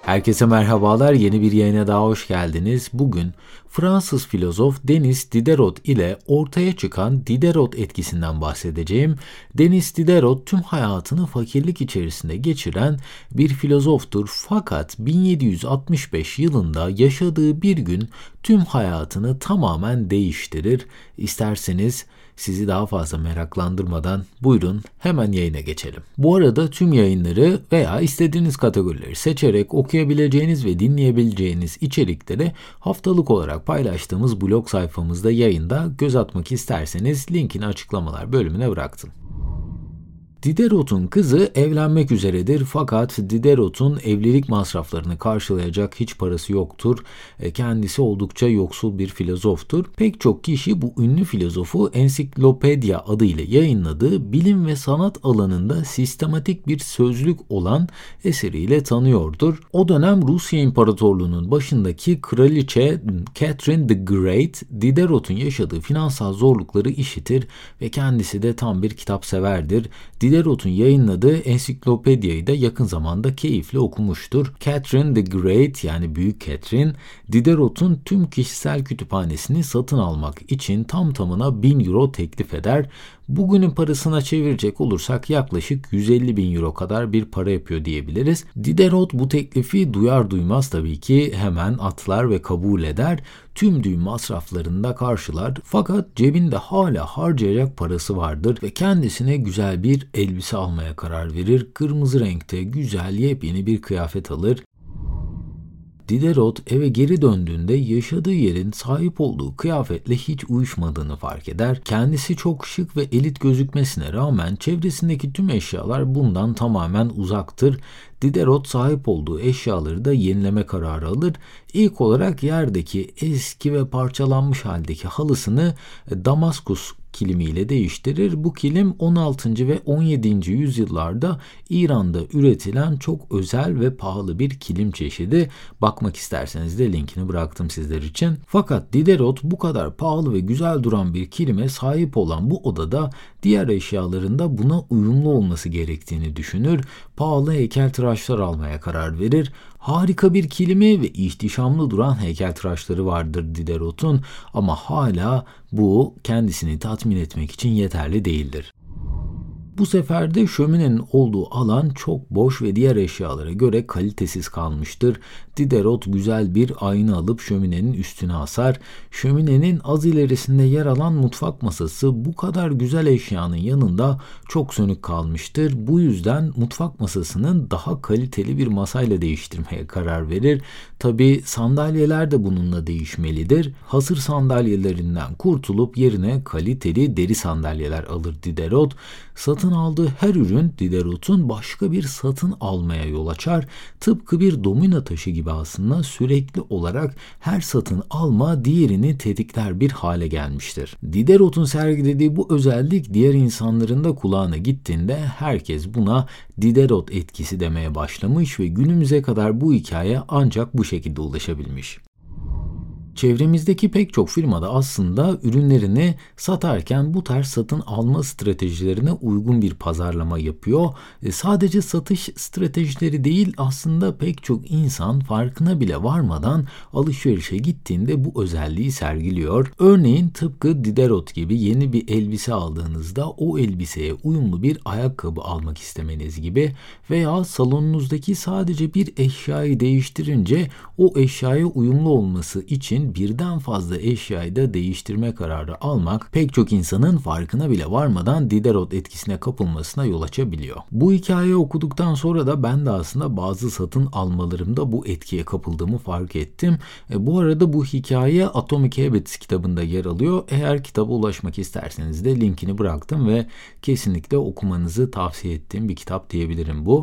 Herkese merhabalar, yeni bir yayına daha hoş geldiniz. Bugün Fransız filozof Denis Diderot ile ortaya çıkan Diderot etkisinden bahsedeceğim. Denis Diderot tüm hayatını fakirlik içerisinde geçiren bir filozoftur. Fakat 1765 yılında yaşadığı bir gün tüm hayatını tamamen değiştirir. İsterseniz sizi daha fazla meraklandırmadan buyurun hemen yayına geçelim. Bu arada tüm yayınları veya istediğiniz kategorileri seçerek okuyabileceğiniz ve dinleyebileceğiniz içerikleri haftalık olarak paylaştığımız blog sayfamızda yayında göz atmak isterseniz linkini açıklamalar bölümüne bıraktım. Diderot'un kızı evlenmek üzeredir fakat Diderot'un evlilik masraflarını karşılayacak hiç parası yoktur. Kendisi oldukça yoksul bir filozoftur. Pek çok kişi bu ünlü filozofu Ensiklopedya adıyla yayınladığı bilim ve sanat alanında sistematik bir sözlük olan eseriyle tanıyordur. O dönem Rusya İmparatorluğu'nun başındaki kraliçe Catherine the Great, Diderot'un yaşadığı finansal zorlukları işitir ve kendisi de tam bir kitapseverdir. Diderot'un yayınladığı ensiklopediayı da yakın zamanda keyifle okumuştur. Catherine the Great yani Büyük Catherine, Diderot'un tüm kişisel kütüphanesini satın almak için tam tamına 1000 euro teklif eder. Bugünün parasına çevirecek olursak yaklaşık 150 bin euro kadar bir para yapıyor diyebiliriz. Diderot bu teklifi duyar duymaz tabii ki hemen atlar ve kabul eder. Tüm düğün masraflarını da karşılar fakat cebinde hala harcayacak parası vardır ve kendisine güzel bir elbise almaya karar verir. Kırmızı renkte güzel yepyeni bir kıyafet alır. Diderot eve geri döndüğünde yaşadığı yerin sahip olduğu kıyafetle hiç uyuşmadığını fark eder. Kendisi çok şık ve elit gözükmesine rağmen çevresindeki tüm eşyalar bundan tamamen uzaktır. Diderot sahip olduğu eşyaları da yenileme kararı alır. İlk olarak yerdeki eski ve parçalanmış haldeki halısını Damaskus kilimiyle değiştirir. Bu kilim 16. ve 17. yüzyıllarda İran'da üretilen çok özel ve pahalı bir kilim çeşidi. Bakmak isterseniz de linkini bıraktım sizler için. Fakat Diderot bu kadar pahalı ve güzel duran bir kilime sahip olan bu odada diğer eşyaların da buna uyumlu olması gerektiğini düşünür. Pahalı heykeltıraşlar almaya karar verir. Harika bir kilimi ve ihtişamlı duran heykeltıraşları vardır Diderot'un ama hala bu kendisini tatmin etmek için yeterli değildir. Bu sefer de şöminenin olduğu alan çok boş ve diğer eşyalara göre kalitesiz kalmıştır. Diderot güzel bir ayna alıp şöminenin üstüne asar. Şöminenin az ilerisinde yer alan mutfak masası bu kadar güzel eşyanın yanında çok sönük kalmıştır. Bu yüzden mutfak masasının daha kaliteli bir masayla değiştirmeye karar verir. Tabii sandalyeler de bununla değişmelidir. Hasır sandalyelerinden kurtulup yerine kaliteli deri sandalyeler alır Diderot. Satın aldığı her ürün Diderot'un başka bir satın almaya yol açar. Tıpkı bir domino taşı gibi aslında sürekli olarak her satın alma diğerini tetikler bir hale gelmiştir. Diderot'un sergilediği bu özellik diğer insanların da kulağına gittiğinde herkes buna Diderot etkisi demeye başlamış ve günümüze kadar bu hikaye ancak bu şekilde ulaşabilmiş. Çevremizdeki pek çok firmada aslında ürünlerini satarken bu tarz satın alma stratejilerine uygun bir pazarlama yapıyor. Sadece satış stratejileri değil aslında pek çok insan farkına bile varmadan alışverişe gittiğinde bu özelliği sergiliyor. Örneğin tıpkı Diderot gibi yeni bir elbise aldığınızda o elbiseye uyumlu bir ayakkabı almak istemeniz gibi veya salonunuzdaki sadece bir eşyayı değiştirince o eşyaya uyumlu olması için birden fazla eşyayı da değiştirme kararı almak pek çok insanın farkına bile varmadan Diderot etkisine kapılmasına yol açabiliyor. Bu hikayeyi okuduktan sonra da ben de aslında bazı satın almalarımda bu etkiye kapıldığımı fark ettim. Bu arada bu hikaye Atomic Habits kitabında yer alıyor. Eğer kitaba ulaşmak isterseniz de linkini bıraktım ve kesinlikle okumanızı tavsiye ettiğim bir kitap diyebilirim bu.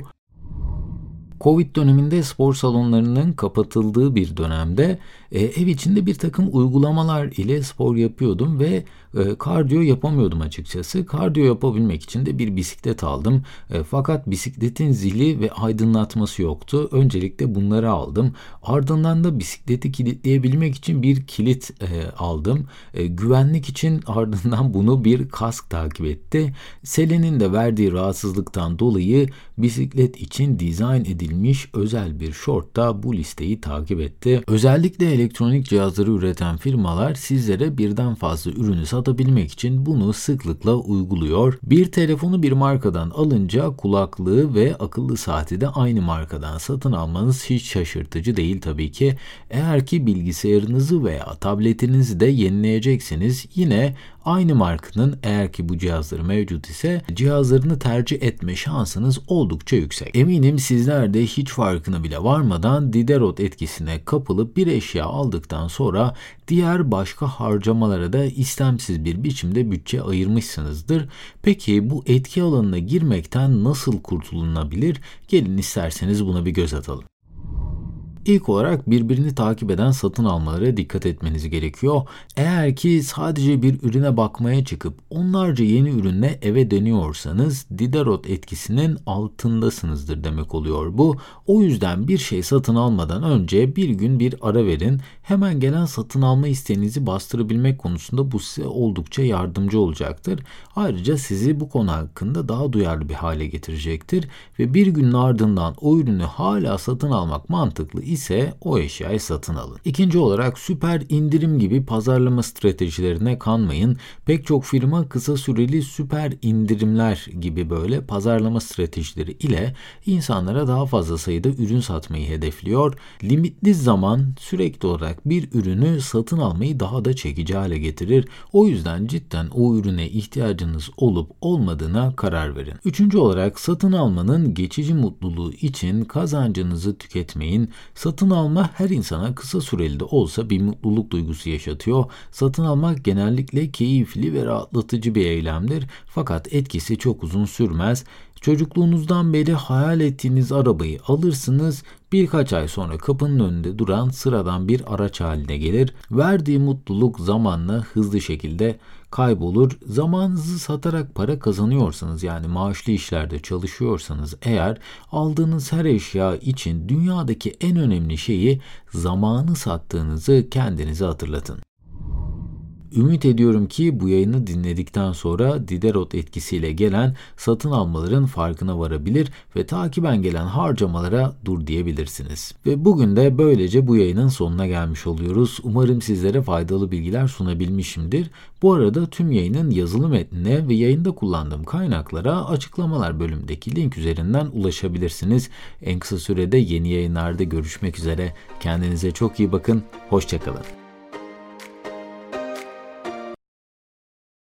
Covid döneminde spor salonlarının kapatıldığı bir dönemde ev içinde bir takım uygulamalar ile spor yapıyordum ve Kardiyo yapamıyordum açıkçası. Kardiyo yapabilmek için de bir bisiklet aldım. Fakat bisikletin zili ve aydınlatması yoktu. Öncelikle bunları aldım. Ardından da bisikleti kilitleyebilmek için bir kilit aldım. Güvenlik için ardından bunu bir kask takip etti. Selin'in de verdiği rahatsızlıktan dolayı bisiklet için dizayn edilmiş özel bir şort da bu listeyi takip etti. Özellikle elektronik cihazları üreten firmalar sizlere birden fazla ürünü satabilmek için bunu sıklıkla uyguluyor. Bir telefonu bir markadan alınca kulaklığı ve akıllı saati de aynı markadan satın almanız hiç şaşırtıcı değil tabii ki. Eğer ki bilgisayarınızı veya tabletinizi de yenileyecekseniz yine aynı markanın, eğer ki bu cihazları mevcut ise, cihazlarını tercih etme şansınız oldukça yüksek. Eminim sizler de hiç farkına bile varmadan Diderot etkisine kapılıp bir eşya aldıktan sonra diğer başka harcamalara da istemsiz bir biçimde bütçe ayırmışsınızdır. Peki bu etki alanına girmekten nasıl kurtulunabilir? Gelin isterseniz buna bir göz atalım. İlk olarak birbirini takip eden satın almalara dikkat etmeniz gerekiyor. Eğer ki sadece bir ürüne bakmaya çıkıp onlarca yeni ürünle eve dönüyorsanız Diderot etkisinin altındasınızdır demek oluyor bu. O yüzden bir şey satın almadan önce bir gün bir ara verin. Hemen gelen satın alma isteğinizi bastırabilmek konusunda bu size oldukça yardımcı olacaktır. Ayrıca sizi bu konu hakkında daha duyarlı bir hale getirecektir ve bir günün ardından o ürünü hala satın almak mantıklı ise o eşyayı satın alın. İkinci olarak süper indirim gibi pazarlama stratejilerine kanmayın. Pek çok firma kısa süreli süper indirimler gibi böyle pazarlama stratejileri ile insanlara daha fazla sayıda ürün satmayı hedefliyor. Limitli zaman sürekli olarak bir ürünü satın almayı daha da çekici hale getirir. O yüzden cidden o ürüne ihtiyacınız olup olmadığına karar verin. Üçüncü olarak satın almanın geçici mutluluğu için kazancınızı tüketmeyin. Satın alma her insana kısa süreli de olsa bir mutluluk duygusu yaşatıyor. Satın almak genellikle keyifli ve rahatlatıcı bir eylemdir. Fakat etkisi çok uzun sürmez. Çocukluğunuzdan beri hayal ettiğiniz arabayı alırsınız, birkaç ay sonra kapının önünde duran sıradan bir araç haline gelir. Verdiği mutluluk zamanla hızlı şekilde kaybolur. Zamanınızı satarak para kazanıyorsanız, yani maaşlı işlerde çalışıyorsanız eğer, aldığınız her eşya için dünyadaki en önemli şeyi zamanı sattığınızı kendinize hatırlatın. Ümit ediyorum ki bu yayını dinledikten sonra Diderot etkisiyle gelen satın almaların farkına varabilir ve takiben gelen harcamalara dur diyebilirsiniz. Ve bugün de böylece bu yayının sonuna gelmiş oluyoruz. Umarım sizlere faydalı bilgiler sunabilmişimdir. Bu arada tüm yayının yazılı metnine ve yayında kullandığım kaynaklara açıklamalar bölümündeki link üzerinden ulaşabilirsiniz. En kısa sürede yeni yayınlarda görüşmek üzere. Kendinize çok iyi bakın. Hoşça kalın.